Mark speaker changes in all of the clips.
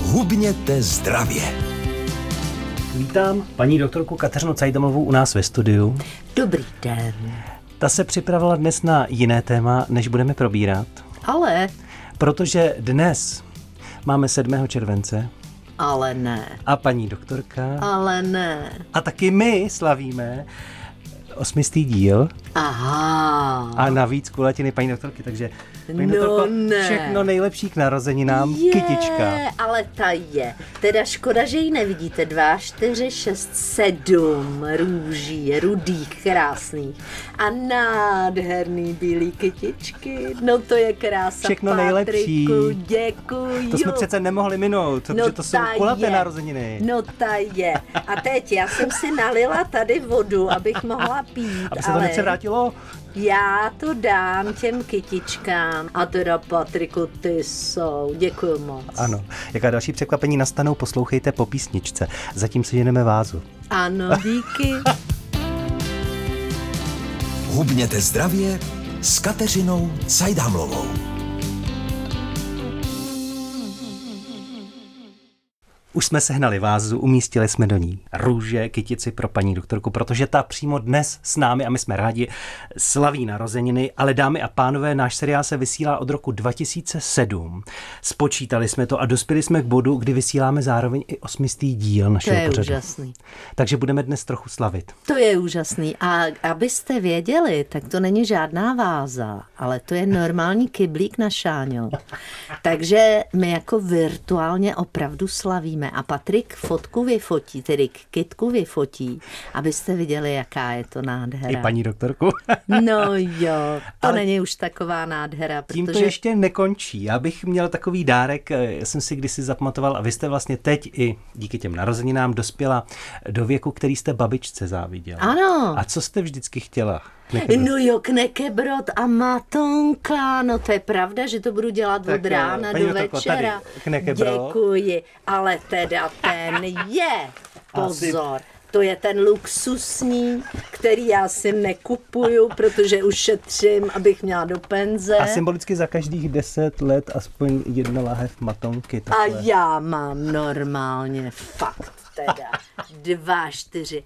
Speaker 1: Hubněte zdravě.
Speaker 2: Vítám paní doktorku Kateřinu Cajdamovou u nás ve studiu.
Speaker 3: Dobrý den.
Speaker 2: Ta se připravila dnes na jiné téma, než budeme probírat.
Speaker 3: Ale.
Speaker 2: Protože dnes máme 7. července.
Speaker 3: Ale ne.
Speaker 2: A paní doktorka.
Speaker 3: Ale ne.
Speaker 2: A taky my slavíme 8. díl.
Speaker 3: Aha.
Speaker 2: A navíc kulatiny paní doktorky, takže paní doktorko, všechno nejlepší k narozeninám, kytička.
Speaker 3: Ale ta je. Teda škoda, že ji nevidíte. 2, 4, 6, 7 růží, rudých, krásných. A nádherný bílý kytičky. No to je krása,
Speaker 2: všechno
Speaker 3: Patriku,
Speaker 2: nejlepší.
Speaker 3: Děkuju.
Speaker 2: To jsme přece nemohli minout, protože to jsou kulaté narozeniny.
Speaker 3: No ta je. A teď já jsem si nalila tady vodu, abych mohla pít.
Speaker 2: Aby se to hned se vrátilo?
Speaker 3: Já to dám těm kytičkám. A teda, Patriku, ty jsou. Děkuju moc.
Speaker 2: Ano. Jaká další překvapení nastanou, poslouchejte po písničce. Zatím si ženeme vázu.
Speaker 3: Ano, díky.
Speaker 1: Hubněte zdravě s Kateřinou Cajdamovou.
Speaker 2: Už jsme sehnali vázu, umístili jsme do ní růže, kytici pro paní doktorku, protože ta přímo dnes s námi, a my jsme rádi, slaví narozeniny, ale dámy a pánové, náš seriál se vysílá od roku 2007. Spočítali jsme to a dospěli jsme k bodu, kdy vysíláme zároveň i 8. díl našeho pořadu.
Speaker 3: To je úžasný.
Speaker 2: Takže budeme dnes trochu slavit.
Speaker 3: To je úžasný. A abyste věděli, tak to není žádná váza, ale to je normální kyblík na šáňo. Takže my jako virtuálně opravdu slavíme. A Patrik fotku vyfotí, tedy kytku vyfotí, abyste viděli, jaká je to nádhera.
Speaker 2: I paní doktorku.
Speaker 3: No jo, to není už taková nádhera.
Speaker 2: Tím to ještě nekončí. Já bych měl takový dárek, já jsem si kdysi zapamatoval, a vy jste vlastně teď i díky těm narozeninám dospěla do věku, který jste babičce záviděla.
Speaker 3: Ano.
Speaker 2: A co jste vždycky chtěla?
Speaker 3: No jo, knekebrod a matonka, no to je pravda, že to budu dělat od rána do večera. Děkuji, ale teda ten je, pozor, to je ten luxusní, který já si nekupuju, protože už šetřím, abych měla do penze.
Speaker 2: A symbolicky za každých 10 let aspoň 1 lahev matonky. Takhle.
Speaker 3: A já mám normálně fakt. Teda 2, 4,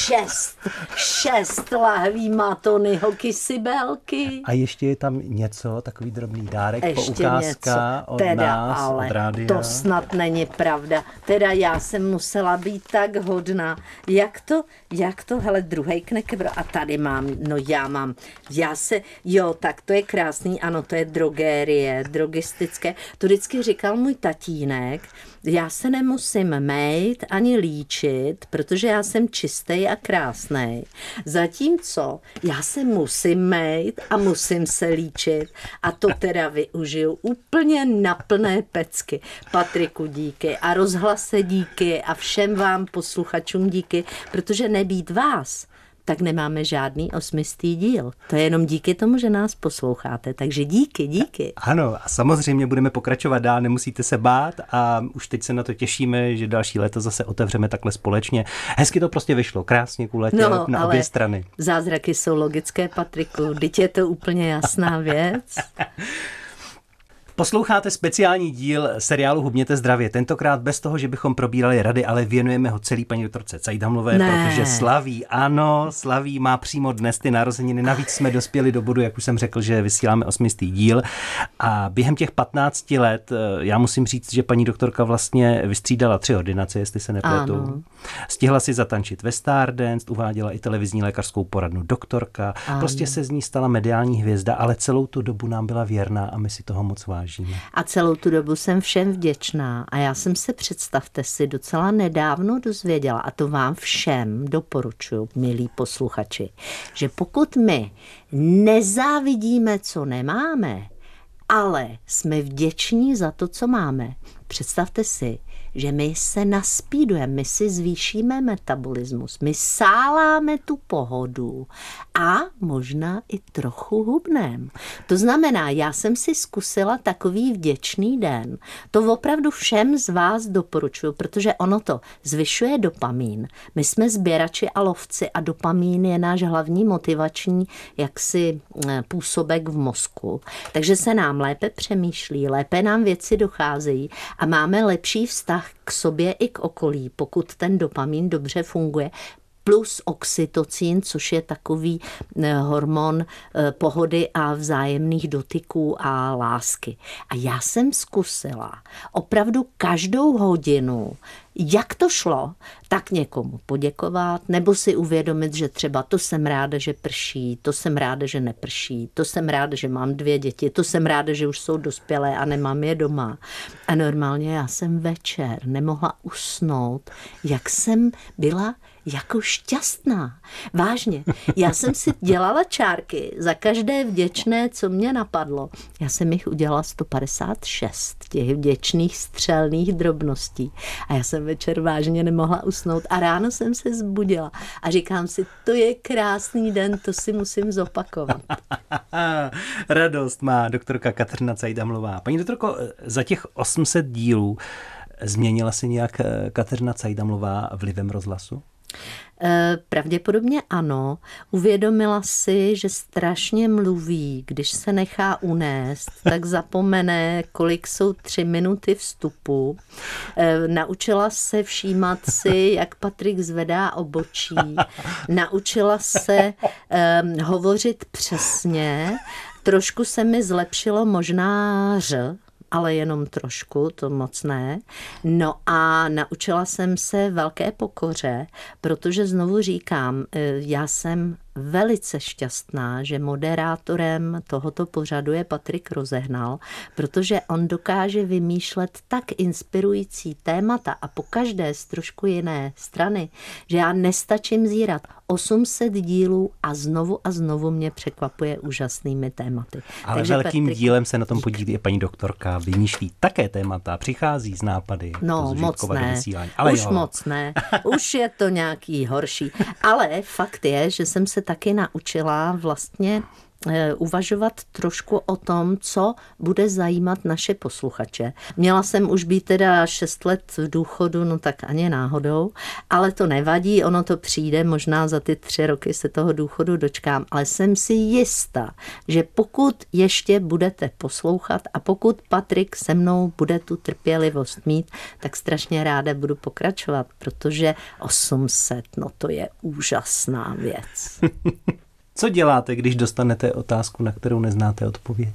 Speaker 3: 6 lahví matonyho kysibelky.
Speaker 2: A ještě je tam něco, takový drobný dárek,
Speaker 3: ještě
Speaker 2: poukázka
Speaker 3: něco.
Speaker 2: od
Speaker 3: teda,
Speaker 2: nás,
Speaker 3: ale
Speaker 2: od rádia. To
Speaker 3: snad není pravda. Teda já jsem musela být tak hodná. Jak to, hele, druhej knekebro. A tady mám, tak to je krásný, ano, to je drogérie, drogistické. To vždycky říkal můj tatínek, já se nemusím mejt ani líčit, protože já jsem čistý a krásnej. Zatímco já se musím mejt a musím se líčit a to teda využiju úplně na plné pecky. Patriku díky a rozhlase díky a všem vám posluchačům díky, protože nebýt vás, tak nemáme žádný 8. díl. To je jenom díky tomu, že nás posloucháte. Takže díky.
Speaker 2: Ano, a samozřejmě budeme pokračovat dál, nemusíte se bát a už teď se na to těšíme, že další léto zase otevřeme takhle společně. Hezky to prostě vyšlo, krásně kulatě na obě strany.
Speaker 3: Zázraky jsou logické, Patriku, teď je to úplně jasná věc.
Speaker 2: Posloucháte speciální díl seriálu Hubněte zdravě. Tentokrát bez toho, že bychom probírali rady, ale věnujeme ho celý paní doktorce Cajdamové, protože slaví, má přímo dnes ty narozeniny. Navíc jsme dospěli do bodu, jak už jsem řekl, že vysíláme 8. díl. A během těch 15 let, já musím říct, že paní doktorka vlastně vystřídala 3 ordinace, jestli se nepletu.
Speaker 3: Ano.
Speaker 2: Stihla si zatančit ve Stardance, uváděla i televizní lékařskou poradnu Doktorka. Ano. Prostě se z ní stala mediální hvězda, ale celou tu dobu nám byla věrná a my si toho moc vážíme.
Speaker 3: A celou tu dobu jsem všem vděčná a já jsem se, představte si, docela nedávno dozvěděla, a to vám všem doporučuji, milí posluchači, že pokud my nezávidíme, co nemáme, ale jsme vděční za to, co máme, představte si, že my se naspídujeme, my si zvýšíme metabolismus, my sáláme tu pohodu a možná i trochu hubneme. To znamená, já jsem si zkusila takový vděčný den. To opravdu všem z vás doporučuji, protože ono to zvyšuje dopamin. My jsme sběrači a lovci a dopamin je náš hlavní motivační jaksi působek v mozku. Takže se nám lépe přemýšlí, lépe nám věci docházejí a máme lepší vztah k sobě i k okolí, pokud ten dopamin dobře funguje, plus oxytocin, což je takový hormon pohody a vzájemných dotyků a lásky. A já jsem zkusila opravdu každou hodinu, jak to šlo, tak někomu poděkovat, nebo si uvědomit, že třeba to jsem ráda, že prší, to jsem ráda, že neprší, to jsem ráda, že mám 2 děti, to jsem ráda, že už jsou dospělé a nemám je doma. A normálně já jsem večer nemohla usnout, jak jsem byla jako šťastná. Vážně. Já jsem si dělala čárky za každé vděčné, co mě napadlo. Já jsem jich udělala 156, těch vděčných střelných drobností. A já jsem večer vážně nemohla usnout a ráno jsem se zbudila a říkám si, to je krásný den, to si musím zopakovat.
Speaker 2: Radost má doktorka Kateřina Cajdamlová. Paní doktorko, za těch 800 dílů změnila se nějak Kateřina Cajdamlová vlivem rozhlasu?
Speaker 3: Pravděpodobně ano. Uvědomila si, že strašně mluví, když se nechá unést, tak zapomene, kolik jsou 3 minuty vstupu. Naučila se všímat si, jak Patrik zvedá obočí. Naučila se hovořit přesně. Trošku se mi zlepšilo možná ale jenom trošku, to moc ne. No a naučila jsem se velké pokoře, protože znovu říkám, já jsem velice šťastná, že moderátorem tohoto pořadu je Patrik Rozehnal, protože on dokáže vymýšlet tak inspirující témata a pokaždé z trošku jiné strany, že já nestačím zírat 800 dílů a znovu mě překvapuje úžasnými tématy.
Speaker 2: Ale takže velkým dílem se na tom podílí i paní doktorka, vymýšlí také témata, přichází z nápady.
Speaker 3: No moc ne, ale už jo. Moc ne, už je to nějaký horší. Ale fakt je, že jsem se taky naučila vlastně uvažovat trošku o tom, co bude zajímat naše posluchače. Měla jsem už být teda 6 let v důchodu, no tak ani náhodou, ale to nevadí, ono to přijde, možná za ty 3 roky se toho důchodu dočkám, ale jsem si jistá, že pokud ještě budete poslouchat a pokud Patrik se mnou bude tu trpělivost mít, tak strašně ráda budu pokračovat, protože 800, no to je úžasná věc.
Speaker 2: Co děláte, když dostanete otázku, na kterou neznáte odpověď?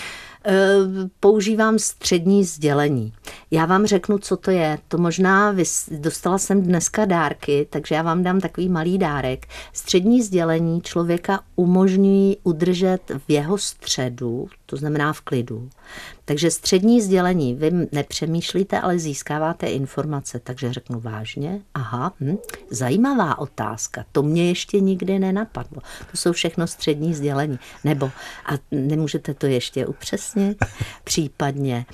Speaker 3: Používám střední sdělení. Já vám řeknu, co to je. To možná dostala jsem dneska dárky, takže já vám dám takový malý dárek. Střední sdělení člověka umožňují udržet v jeho středu, to znamená v klidu. Takže střední sdělení, vy nepřemýšlíte, ale získáváte informace. Takže řeknu vážně, zajímavá otázka, to mě ještě nikdy nenapadlo. To jsou všechno střední sdělení. Nebo, a nemůžete to ještě upřesnit? Případně,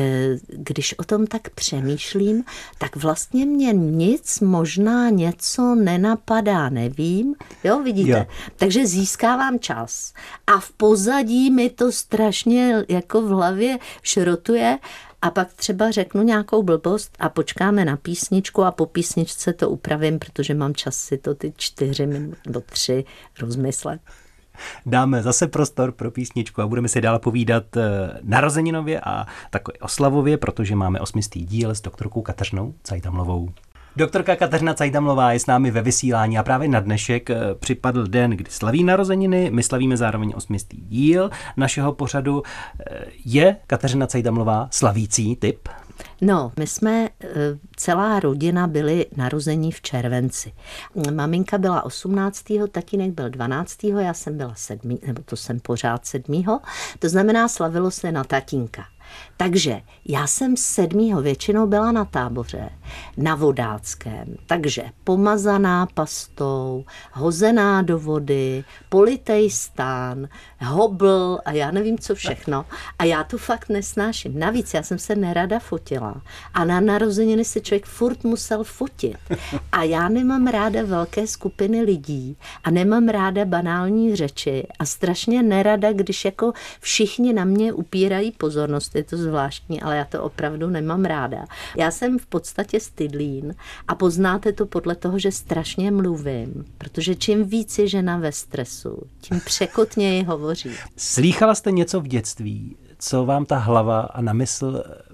Speaker 3: když o tom tak přemýšlím, tak vlastně mě nic, možná něco nenapadá, nevím. Jo, vidíte? Jo. Takže získávám čas. A v pozadí mi to strašně jako v hlavě šrotuje a pak třeba řeknu nějakou blbost a počkáme na písničku a po písničce to upravím, protože mám čas si to ty 4 minuty nebo 3 rozmyslet.
Speaker 2: Dáme zase prostor pro písničku a budeme si dál povídat narozeninově a takový oslavově, protože máme 800. díl s doktorkou Kateřinou Cajdamlovou. Doktorka Kateřina Cajdamlová je s námi ve vysílání a právě na dnešek připadl den, kdy slaví narozeniny. My slavíme zároveň 800. díl našeho pořadu. Je Kateřina Cajdamlová slavící typ?
Speaker 3: No, my jsme, celá rodina byli narození v červenci. Maminka byla 18., tatínek byl 12., já jsem byla 7., nebo to jsem pořád 7. To znamená, slavilo se na tatínka. Takže já jsem 7. většinou byla na táboře, na Vodáckém, takže pomazaná pastou, hozená do vody, politej stán, hobl a já nevím co všechno. A já to fakt nesnáším. Navíc já jsem se nerada fotila a na narozeniny se člověk furt musel fotit. A já nemám ráda velké skupiny lidí a nemám ráda banální řeči a strašně nerada, když jako všichni na mě upírají pozornost. Je to zvláštní, ale já to opravdu nemám ráda. Já jsem v podstatě stydlín a poznáte to podle toho, že strašně mluvím, protože čím víc je žena ve stresu, tím překotněji hovoří.
Speaker 2: Slýchala jste něco v dětství, co vám ta hlava a na mysl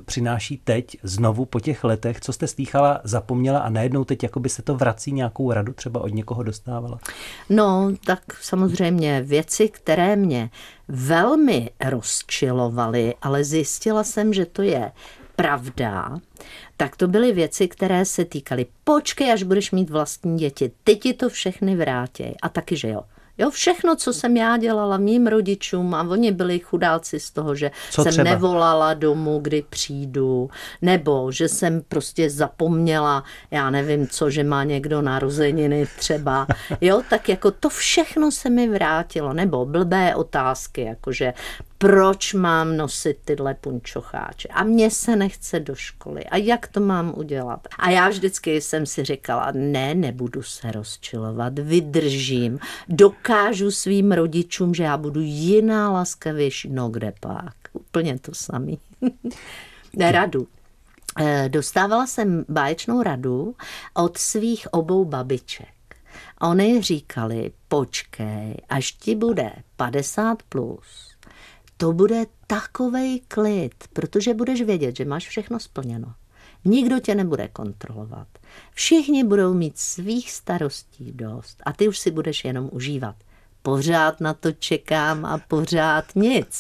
Speaker 2: přináší teď znovu po těch letech, co jste slýchala, zapomněla a najednou teď jakoby se to vrací, nějakou radu třeba od někoho dostávala?
Speaker 3: No, tak samozřejmě věci, které mě velmi rozčilovaly, ale zjistila jsem, že to je pravda, tak to byly věci, které se týkaly počkej, až budeš mít vlastní děti, ty ti to všechny vrátí. A taky, že jo. Jo, všechno, co jsem já dělala mým rodičům a oni byli chudáci z toho, že jsem nevolala domů, kdy přijdu, nebo že jsem prostě zapomněla, já nevím co, že má někdo narozeniny třeba. Jo, tak jako to všechno se mi vrátilo, nebo blbé otázky, jakože proč mám nosit tyhle punčocháče a mně se nechce do školy a jak to mám udělat. A já vždycky jsem si říkala, ne, nebudu se rozčilovat, vydržím, dokážu svým rodičům, že já budu jiná, laskavější, no kde pak, úplně to samý. Radu. Dostávala jsem báječnou radu od svých obou babiček. A oni říkali, počkej, až ti bude 50+, to bude takovej klid, protože budeš vědět, že máš všechno splněno. Nikdo tě nebude kontrolovat. Všichni budou mít svých starostí dost a ty už si budeš jenom užívat. Pořád na to čekám a pořád nic.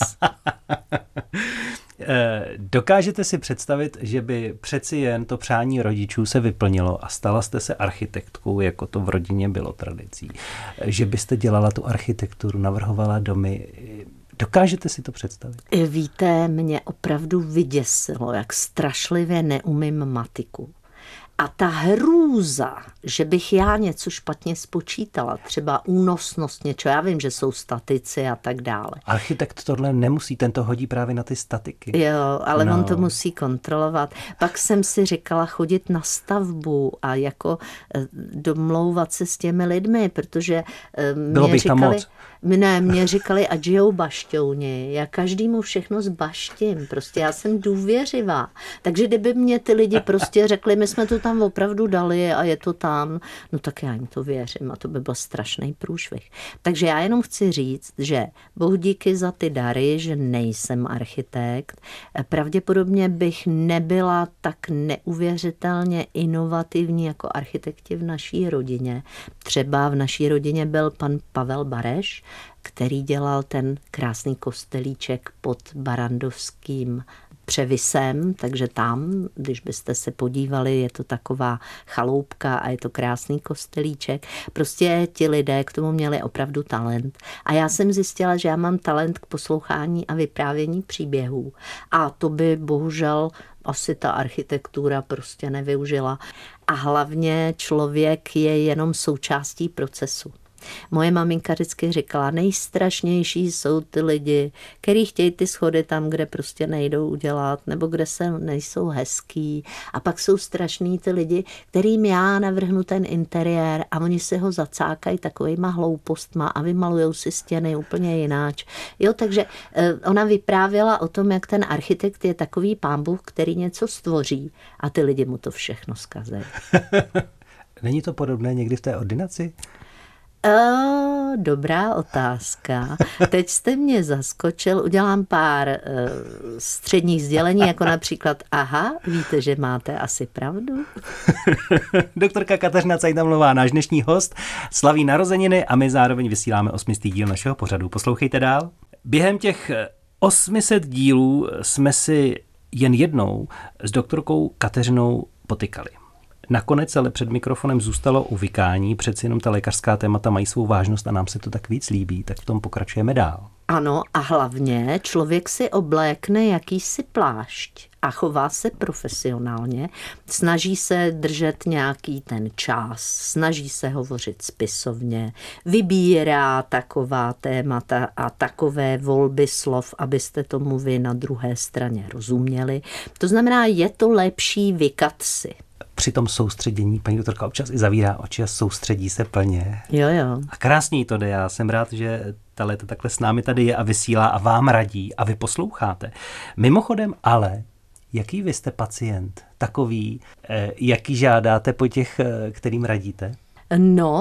Speaker 2: Dokážete si představit, že by přeci jen to přání rodičů se vyplnilo a stala jste se architektkou, jako to v rodině bylo tradicí? Že byste dělala tu architekturu, navrhovala domy? Dokážete si to představit?
Speaker 3: Víte, mě opravdu vyděsilo, jak strašlivě neumím matiku. A ta hrůza, že bych já něco špatně spočítala, třeba únosnost něčeho, já vím, že jsou statici a tak dále.
Speaker 2: Architekt tohle nemusí, ten to hodí právě na ty statiky.
Speaker 3: Jo, ale on to musí kontrolovat. Pak jsem si říkala chodit na stavbu a jako domlouvat se s těmi lidmi, protože mě říkali, ať žijou bašťouni, já každému všechno zbaštím, prostě já jsem důvěřivá. Takže kdyby mě ty lidi prostě řekli, my jsme to tam opravdu dali a je to tam, no tak já jim to věřím a to by byl strašný průšvih. Takže já jenom chci říct, že bohu díky za ty dary, že nejsem architekt. Pravděpodobně bych nebyla tak neuvěřitelně inovativní jako architekti v naší rodině. Třeba v naší rodině byl pan Pavel Bareš, který dělal ten krásný kostelíček pod Barandovským převisem, takže tam, když byste se podívali, je to taková chaloupka a je to krásný kostelíček. Prostě ti lidé k tomu měli opravdu talent. A já jsem zjistila, že já mám talent k poslouchání a vyprávění příběhů. A to by bohužel asi ta architektura prostě nevyužila. A hlavně člověk je jenom součástí procesu. Moje maminka vždycky říkala, nejstrašnější jsou ty lidi, kteří chtějí ty schody tam, kde prostě nejdou udělat, nebo kde se nejsou hezký. A pak jsou strašný ty lidi, kterým já navrhnu ten interiér a oni si ho zacákají takovejma hloupostma a vymalujou si stěny úplně jináč. Jo, takže ona vyprávěla o tom, jak ten architekt je takový pán Bůh, který něco stvoří a ty lidi mu to všechno zkazejí.
Speaker 2: Není to podobné někdy v té ordinaci?
Speaker 3: Dobrá otázka. Teď jste mě zaskočil, udělám pár středních sdělení, jako například, aha, víte, že máte asi pravdu?
Speaker 2: Doktorka Kateřina Cajdamlová, náš dnešní host, slaví narozeniny a my zároveň vysíláme 800. díl našeho pořadu. Poslouchejte dál. Během těch 800 dílů jsme si jen jednou s doktorkou Kateřinou potykali. Nakonec ale před mikrofonem zůstalo uvykání, přeci jenom ta lékařská témata mají svou vážnost a nám se to tak víc líbí, tak v tom pokračujeme dál.
Speaker 3: Ano a hlavně člověk si oblékne jakýsi plášť a chová se profesionálně, snaží se držet nějaký ten čas, snaží se hovořit spisovně, vybírá taková témata a takové volby slov, abyste tomu vy na druhé straně rozuměli. To znamená, je to lepší vykat si.
Speaker 2: Při tom soustředění paní doktorka občas i zavírá oči a soustředí se plně.
Speaker 3: Jo.
Speaker 2: A krásně to jde, já jsem rád, že ta léta takhle s námi tady je a vysílá a vám radí a vy posloucháte. Mimochodem ale, jaký vy jste pacient? Takový, jaký žádáte po těch, kterým radíte?
Speaker 3: No,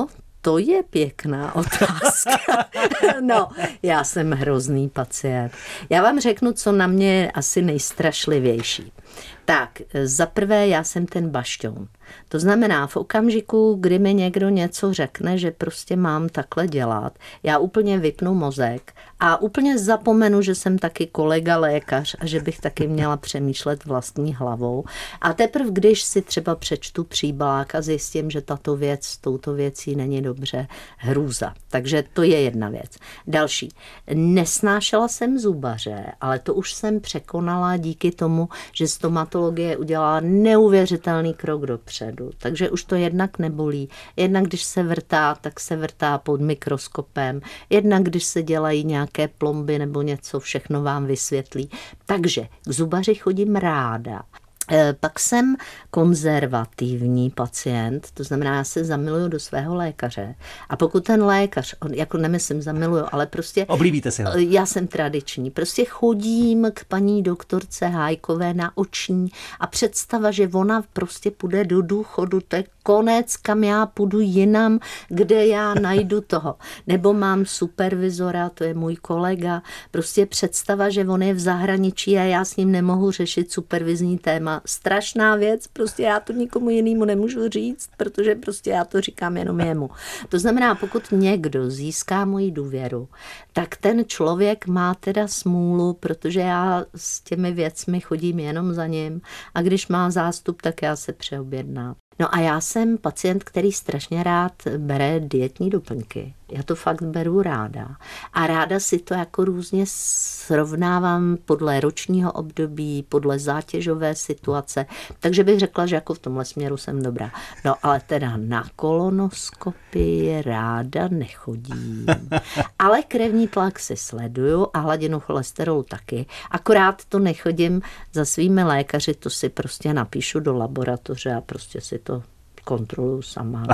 Speaker 3: To je pěkná otázka. No, já jsem hrozný pacient. Já vám řeknu, co na mě je asi nejstrašlivější. Tak, za prvé já jsem ten bašťoun. To znamená, v okamžiku, kdy mi někdo něco řekne, že prostě mám takhle dělat, já úplně vypnu mozek a úplně zapomenu, že jsem taky kolega lékař a že bych taky měla přemýšlet vlastní hlavou. A teprve, když si třeba přečtu příbalák a zjistím, že tato věc s touto věcí není dobře, hrůza. Takže to je jedna věc. Další. Nesnášela jsem zubaře, ale to už jsem překonala díky tomu, že stomatologie udělala neuvěřitelný krok dopředu. Takže už to jednak nebolí. Jednak když se vrtá, tak se vrtá pod mikroskopem. Jednak když se dělají nějaké plomby nebo něco, všechno vám vysvětlí. Takže k zubaři chodím ráda. Pak jsem konzervativní pacient, to znamená, já se zamiluju do svého lékaře. A pokud ten lékař, jako nemyslím zamiluju, ale prostě...
Speaker 2: Oblíbíte si ho.
Speaker 3: Já jsem tradiční. Prostě chodím k paní doktorce Hájkové na oční a představa, že ona prostě půjde do důchodu, to je konec, kam já půjdu jinam, kde já najdu toho. Nebo mám supervizora, to je můj kolega. Prostě představa, že on je v zahraničí a já s ním nemohu řešit supervizní téma. Strašná věc, prostě já to nikomu jinému nemůžu říct, protože prostě já to říkám jenom jemu. To znamená, pokud někdo získá moji důvěru, tak ten člověk má teda smůlu, protože já s těmi věcmi chodím jenom za ním a když má zástup, tak já se přeobjednám. No a já jsem pacient, který strašně rád bere dietní doplňky. Já to fakt beru ráda. A ráda si to jako různě srovnávám podle ročního období, podle zátěžové situace. Takže bych řekla, že jako v tomhle směru jsem dobrá. No ale teda na kolonoskopii ráda nechodím. Ale krevní tlak si sleduju a hladinu cholesterolu taky. Akorát to nechodím za svými lékaři, to si prostě napíšu do laboratoře a prostě si to kontroluju sama.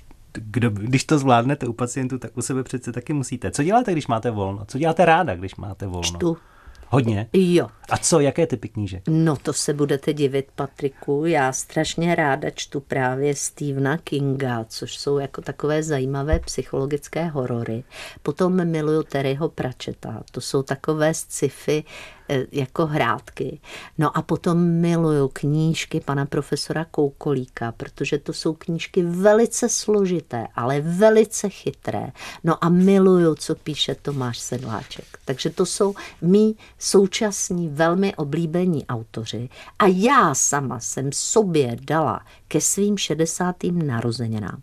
Speaker 2: Když to zvládnete u pacientů, tak u sebe přece taky musíte. Co děláte, když máte volno? Co děláte ráda, když máte volno?
Speaker 3: Čtu.
Speaker 2: Hodně?
Speaker 3: Jo.
Speaker 2: A co, jaké typy knížek?
Speaker 3: No to se budete divit, Patriku. Já strašně ráda čtu právě Stephena Kinga, což jsou jako takové zajímavé psychologické horory. Potom miluju Terryho Pratchetta. To jsou takové sci-fi jako hrátky. No a potom miluju knížky pana profesora Koukolíka, protože to jsou knížky velice složité, ale velice chytré. No a miluju, co píše Tomáš Sedláček. Takže to jsou mý současní velmi oblíbení autoři a já sama jsem sobě dala ke svým 60. narozeninám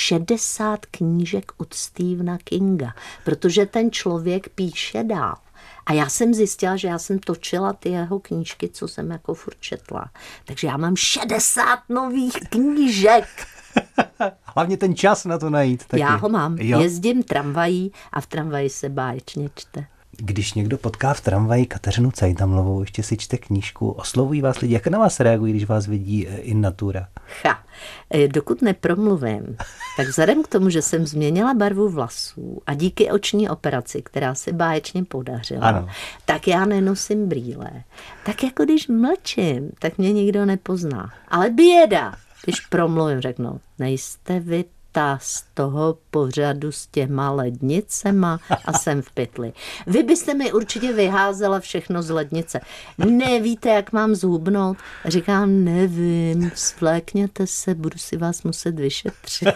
Speaker 3: 60 knížek od Stephena Kinga, protože ten člověk píše dál. A já jsem zjistila, že já jsem točila ty jeho knížky, co jsem jako furt četla. Takže já mám 60 nových knížek.
Speaker 2: Hlavně ten čas na to najít. Taky.
Speaker 3: Já ho mám.
Speaker 2: Jo.
Speaker 3: Jezdím tramvají a v tramvaji se báječně čte.
Speaker 2: Když někdo potká v tramvaji Kateřinu Cajdamlovou, ještě si čte knížku, oslovují vás lidi, jak na vás reagují, když vás vidí in natura?
Speaker 3: Dokud nepromluvím, tak vzhledem k tomu, že jsem změnila barvu vlasů a díky oční operaci, která se báječně podařila, ano. Tak já nenosím brýle. Tak jako když mlčím, tak mě nikdo nepozná. Ale běda, když promluvím, řeknou, nejste vy ta z toho pořadu s těma lednicema a jsem v pytli. Vy byste mi určitě vyházela všechno z lednice. Nevíte, jak mám zhubnout? Říkám, nevím, svlékněte se, budu si vás muset vyšetřit.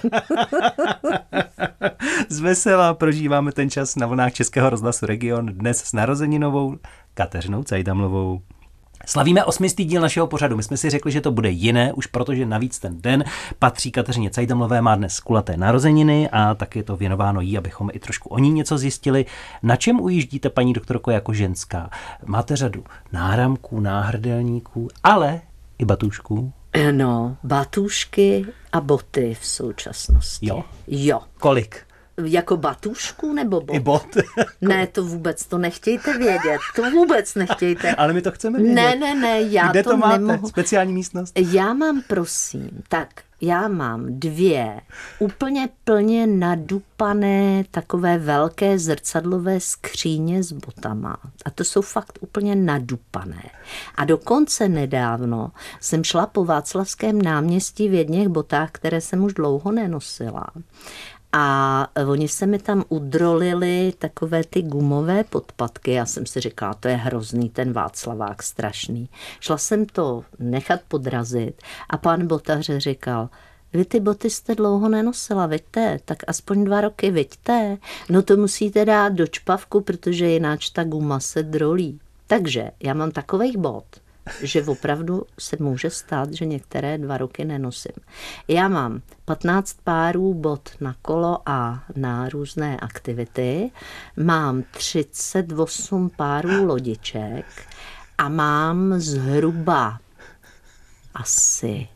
Speaker 2: Zvesela prožíváme ten čas na vlnách Českého rozhlasu Region, dnes s narozeninovou Kateřinou Cajdamlovou. Slavíme 8. díl našeho pořadu. My jsme si řekli, že to bude jiné, už protože navíc ten den patří Kateřině Cajdamlové, má dnes kulaté narozeniny a tak je to věnováno jí, abychom i trošku o ní něco zjistili. Na čem ujíždíte, paní doktorko, jako ženská? Máte řadu náramků, náhrdelníků, ale i batůžků?
Speaker 3: No, batůžky a boty v současnosti. Jo.
Speaker 2: Kolik?
Speaker 3: Jako batůžku nebo bot?
Speaker 2: I bot.
Speaker 3: Ne, to vůbec, to nechtějte vědět. To vůbec nechtějte.
Speaker 2: Ale my to chceme vědět.
Speaker 3: Ne, já
Speaker 2: Kde to máte?
Speaker 3: nemohu.
Speaker 2: Speciální místnost?
Speaker 3: Já mám, prosím, já mám 2 úplně plně nadupané takové velké zrcadlové skříně s botama. A to jsou fakt úplně nadupané. A dokonce nedávno jsem šla po Václavském náměstí v jedněch botách, které jsem už dlouho nenosila. A oni se mi tam udrolili takové ty gumové podpatky. Já jsem si říkala, to je hrozný, ten Václavák strašný. Šla jsem to nechat podrazit a pan botař říkal, vy ty boty jste dlouho nenosila, veďte, tak aspoň 2 roky, veďte. No to musíte dát do čpavku, protože jináč ta guma se drolí. Takže já mám takových bot, že opravdu se může stát, že některé 2 roky nenosím. Já mám 15 párů bot na kolo a na různé aktivity, mám 38 párů lodiček a mám zhruba asi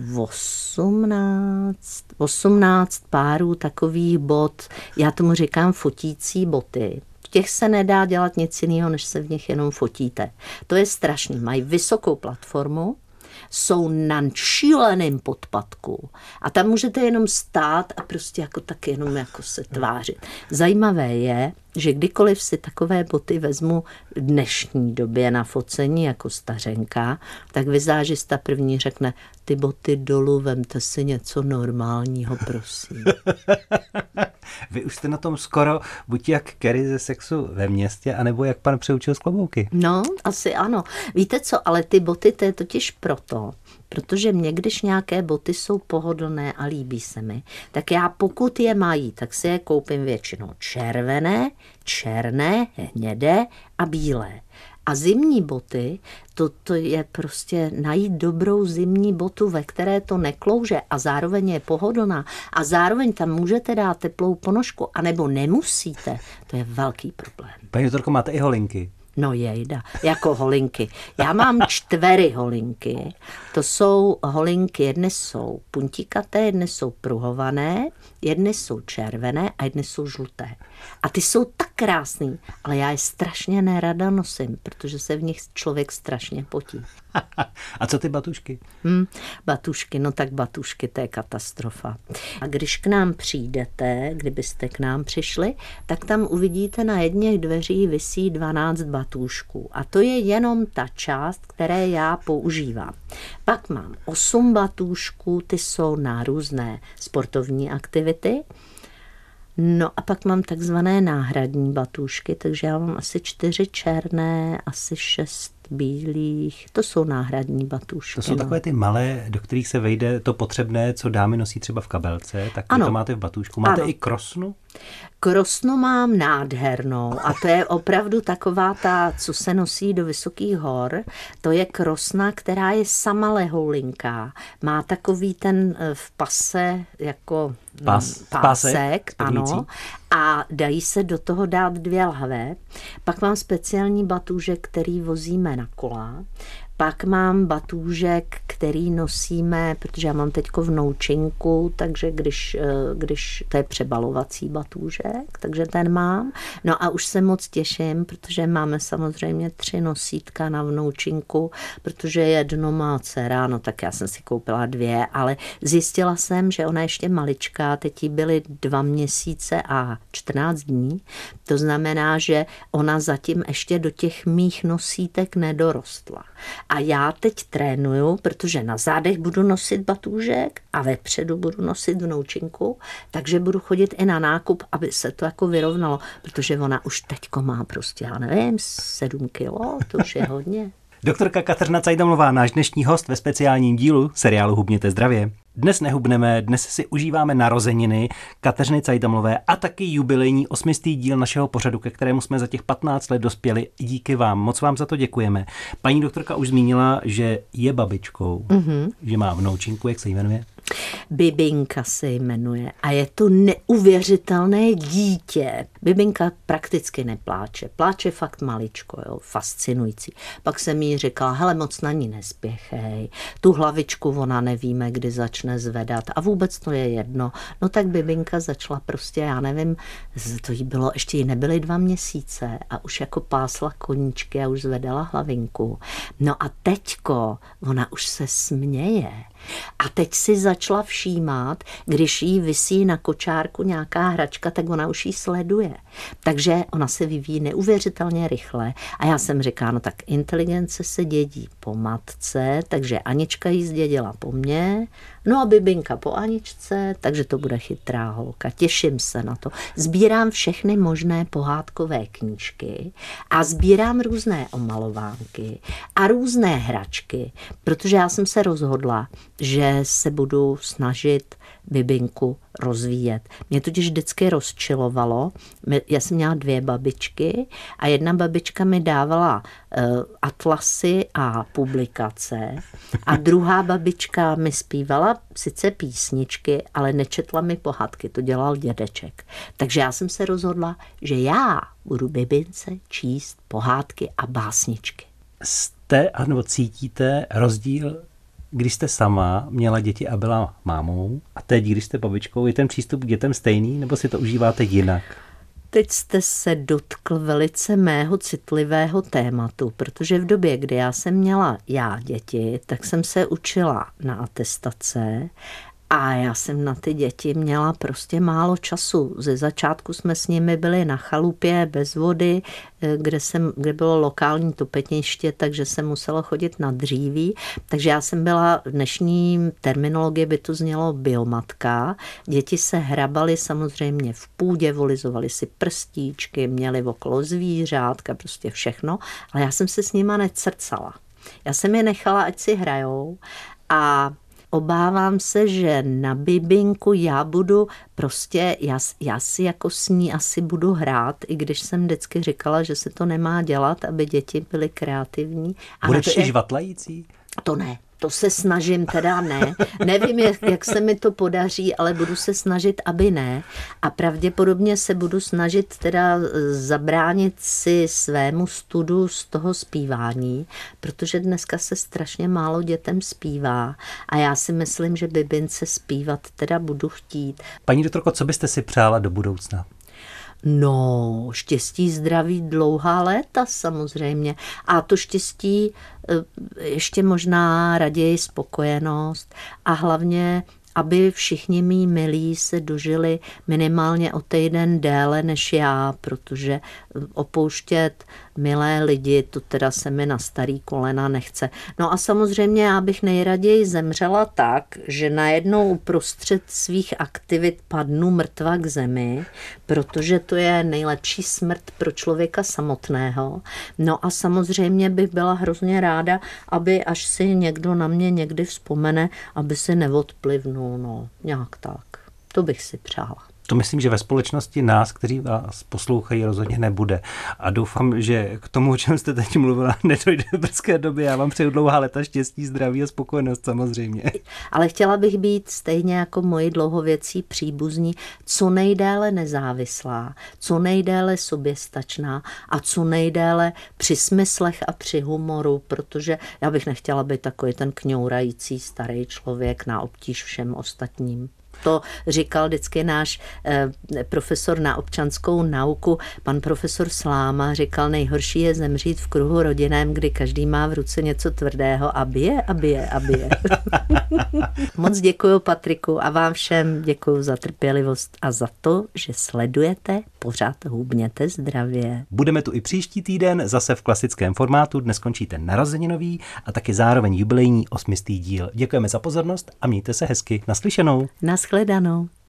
Speaker 3: 18 párů takových bot, já tomu říkám fotící boty. V těch se nedá dělat nic jiného, než se v nich jenom fotíte. To je strašný. Mají vysokou platformu, jsou na šíleném podpatku a tam můžete jenom stát a prostě jako tak jenom jako se tvářit. Zajímavé je, že kdykoliv si takové boty vezmu v dnešní době na focení jako stařenka, tak vizážista první řekne, ty boty dolů, vemte si něco normálního, prosím.
Speaker 2: Vy už jste na tom skoro buď jak Kerry ze Sexu ve městě, anebo jak pan Přeučil z Klobouky.
Speaker 3: No, asi ano. Víte co, ale ty boty, to je totiž proto, protože mě, když nějaké boty jsou pohodlné a líbí se mi, tak já pokud je mají, tak si je koupím většinou červené, černé, hnědé a bílé. A zimní boty, to je prostě najít dobrou zimní botu, ve které to neklouže a zároveň je pohodlná a zároveň tam můžete dát teplou ponožku, anebo nemusíte, to je velký problém.
Speaker 2: Paní doktorko, máte i holinky?
Speaker 3: No jejda, jako holinky. Já mám 4 holinky. To jsou holinky, jedny jsou puntikaté, jedny jsou pruhované, jedny jsou červené a jedny jsou žluté. A ty jsou tak krásný, ale já je strašně nerada nosím, protože se v nich člověk strašně potí.
Speaker 2: A co ty batušky?
Speaker 3: Batušky, no tak batušky, to je katastrofa. A když k nám přijdete, kdybyste k nám přišli, tak tam uvidíte na jedněch dveří visí 12 batůšků. A to je jenom ta část, které já používám. Pak mám 8 batůšků, ty jsou na různé sportovní aktivity. No a pak mám takzvané náhradní batůšky, takže já mám asi 4 černé, asi 6 bílých, to jsou náhradní batůšky.
Speaker 2: To jsou takové ty malé, do kterých se vejde to potřebné, co dámy nosí třeba v kabelce, tak vy to máte v batůšku. Máte i krosnu?
Speaker 3: Krosnu mám nádhernou a to je opravdu taková ta, co se nosí do vysokých hor. To je krosna, která je sama lehoulinká. Má takový ten v pase jako pásek, ano. A dají se do toho dát 2 lahve. Pak mám speciální batůžek, který vozíme na kola. Pak mám batůžek, který nosíme, protože já mám teďko vnoučinku, takže když to je přebalovací batůžek, takže ten mám. No a už se moc těším, protože máme samozřejmě 3 nosítka na vnoučinku, protože jedno má dcera, no tak já jsem si koupila 2, ale zjistila jsem, že ona ještě maličká, teď jí byly 2 měsíce a 14 dní. To znamená, že ona zatím ještě do těch mých nosítek nedorostla. A já teď trénuju, protože na zádech budu nosit batůžek a vepředu budu nosit vnoučinku, takže budu chodit i na nákup, aby se to jako vyrovnalo, protože ona už teďko má prostě, já nevím, 7 kilo, to už je hodně.
Speaker 2: Doktorka Kateřina Cajdamlová, náš dnešní host ve speciálním dílu seriálu Hubněte zdravě. Dnes nehubneme, dnes si užíváme narozeniny Kateřiny Cajdamlové a taky jubilejní 800. díl našeho pořadu, ke kterému jsme za těch 15 let dospěli. Díky vám, moc vám za to děkujeme. Paní doktorka už zmínila, že je babičkou, že má vnoučinku, jak se jí jmenuje?
Speaker 3: Bibinka se jmenuje a je to neuvěřitelné dítě. Bibinka prakticky nepláče, pláče fakt maličko, jo, fascinující. Pak jsem jí říkala, hele, moc na ní nespěchej, tu hlavičku ona nevíme, kdy začne zvedat a vůbec to je jedno. No tak Bibinka začala prostě, já nevím, to jí bylo, ještě jí nebyly 2 měsíce a už jako pásla koníčky a už zvedala hlavinku. No a teďko, ona už se směje. A teď si začala všímat, když jí visí na kočárku nějaká hračka, tak ona už ji sleduje. Takže ona se vyvíjí neuvěřitelně rychle. A já jsem říkala, no tak inteligence se dědí po matce, takže Anička ji zdědila po mně, No a Bibinka po Aničce, takže to bude chytrá holka. Těším se na to. Sbírám všechny možné pohádkové knížky a sbírám různé omalovánky a různé hračky, protože já jsem se rozhodla, že se budu snažit Bibinku rozvíjet. Mě totiž vždycky rozčilovalo. Já jsem měla 2 babičky a jedna babička mi dávala atlasy a publikace a druhá babička mi zpívala sice písničky, ale nečetla mi pohádky, to dělal dědeček. Takže já jsem se rozhodla, že já budu Bibince číst pohádky a básničky.
Speaker 2: Jste nebo cítíte rozdíl, když jste sama měla děti a byla mámou a teď, když jste babičkou, je ten přístup k dětem stejný nebo si to užíváte jinak?
Speaker 3: Teď jste se dotkl velice mého citlivého tématu, protože v době, kdy já jsem měla děti, tak jsem se učila na atestace a já jsem na ty děti měla prostě málo času. Ze začátku jsme s nimi byli na chalupě bez vody, kde bylo lokální topeniště, takže jsem musela chodit na dříví. Takže já jsem byla, v dnešní terminologii by to znělo biomatka. Děti se hrabaly samozřejmě v půdě, volizovali si prstíčky, měli okolo zvířátka, prostě všechno, ale já jsem se s nima necrcala. Já jsem je nechala, ať si hrajou a obávám se, že na Bibinku já budu prostě, já si jako s ní asi budu hrát, i když jsem vždycky říkala, že se to nemá dělat, aby děti byly kreativní. A
Speaker 2: budete i žvatlající?
Speaker 3: To ne. To se snažím teda ne. Nevím, jak se mi to podaří, ale budu se snažit, aby ne. A pravděpodobně se budu snažit teda zabránit si svému studu z toho zpívání, protože dneska se strašně málo dětem zpívá a já si myslím, že Bibince zpívat teda budu chtít.
Speaker 2: Paní doktorko, co byste si přála do budoucna?
Speaker 3: No, štěstí, zdraví, dlouhá léta samozřejmě. A to štěstí ještě možná raději spokojenost a hlavně, aby všichni mí milí se dožili minimálně o týden déle než já, protože opouštět milé lidi, to teda se mi na starý kolena nechce. No a samozřejmě já bych nejraději zemřela tak, že najednou uprostřed svých aktivit padnu mrtva k zemi, protože to je nejlepší smrt pro člověka samotného. No a samozřejmě bych byla hrozně ráda, aby až si někdo na mě někdy vzpomene, aby si neodplivnul, no nějak tak. To bych si přála.
Speaker 2: To myslím, že ve společnosti nás, kteří vás poslouchají, rozhodně nebude. A doufám, že k tomu, o čem jste teď mluvila, nedojde v brzké době. Já vám přeju dlouhá léta štěstí, zdraví a spokojenost samozřejmě.
Speaker 3: Ale chtěla bych být stejně jako moji dlouhověcí příbuzní co nejdéle nezávislá, co nejdéle soběstačná a co nejdéle při smyslech a při humoru, protože já bych nechtěla být takový ten kňourající starý člověk na obtíž všem ostatním. To říkal vždycky náš profesor na občanskou nauku, pan profesor Sláma, říkal, nejhorší je zemřít v kruhu rodinném, kdy každý má v ruce něco tvrdého a bije. Moc děkuju, Patriku, a vám všem děkuju za trpělivost a za to, že sledujete pořad Hubněte zdravě.
Speaker 2: Budeme tu i příští týden, zase v klasickém formátu. Dnes končí ten narozeninový a taky zároveň jubilejní 8. díl. Děkujeme za pozornost a mějte se hezky. Naslyšenou.
Speaker 3: Nashledanou.